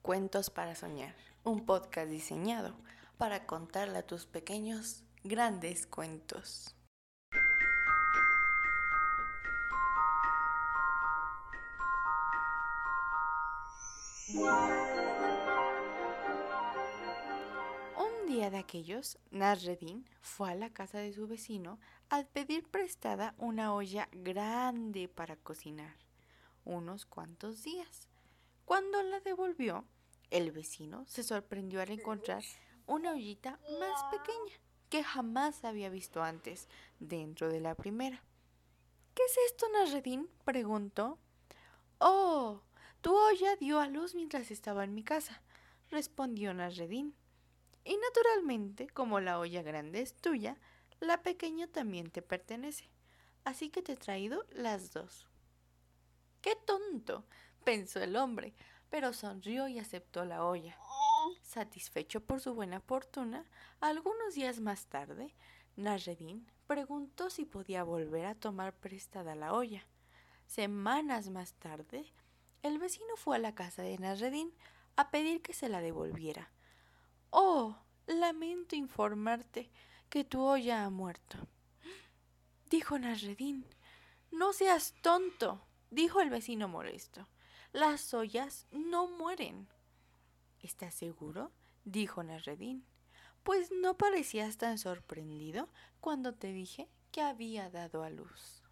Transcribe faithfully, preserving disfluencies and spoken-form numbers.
Cuentos para soñar, un podcast diseñado para contarle a tus pequeños grandes cuentos. Un día de aquellos, Nasreddin fue a la casa de su vecino a pedir prestada una olla grande para cocinar unos cuantos días. Cuando la devolvió, el vecino se sorprendió al encontrar una ollita más pequeña que jamás había visto antes dentro de la primera. ¿Qué es esto, Nasreddin?, preguntó. Oh, tu olla dio a luz mientras estaba en mi casa, respondió Nasreddin. Y naturalmente, como la olla grande es tuya, la pequeña también te pertenece. Así que te he traído las dos. ¡Qué tonto!, pensó el hombre, pero sonrió y aceptó la olla. Satisfecho por su buena fortuna, algunos días más tarde, Nasreddin preguntó si podía volver a tomar prestada la olla. Semanas más tarde, el vecino fue a la casa de Nasreddin a pedir que se la devolviera. «Oh, lamento informarte que tu olla ha muerto», dijo Nasreddin. «No seas tonto», dijo el vecino molesto. «Las ollas no mueren». «¿Estás seguro?», dijo Nasreddin. «Pues no parecías tan sorprendido cuando te dije que había dado a luz».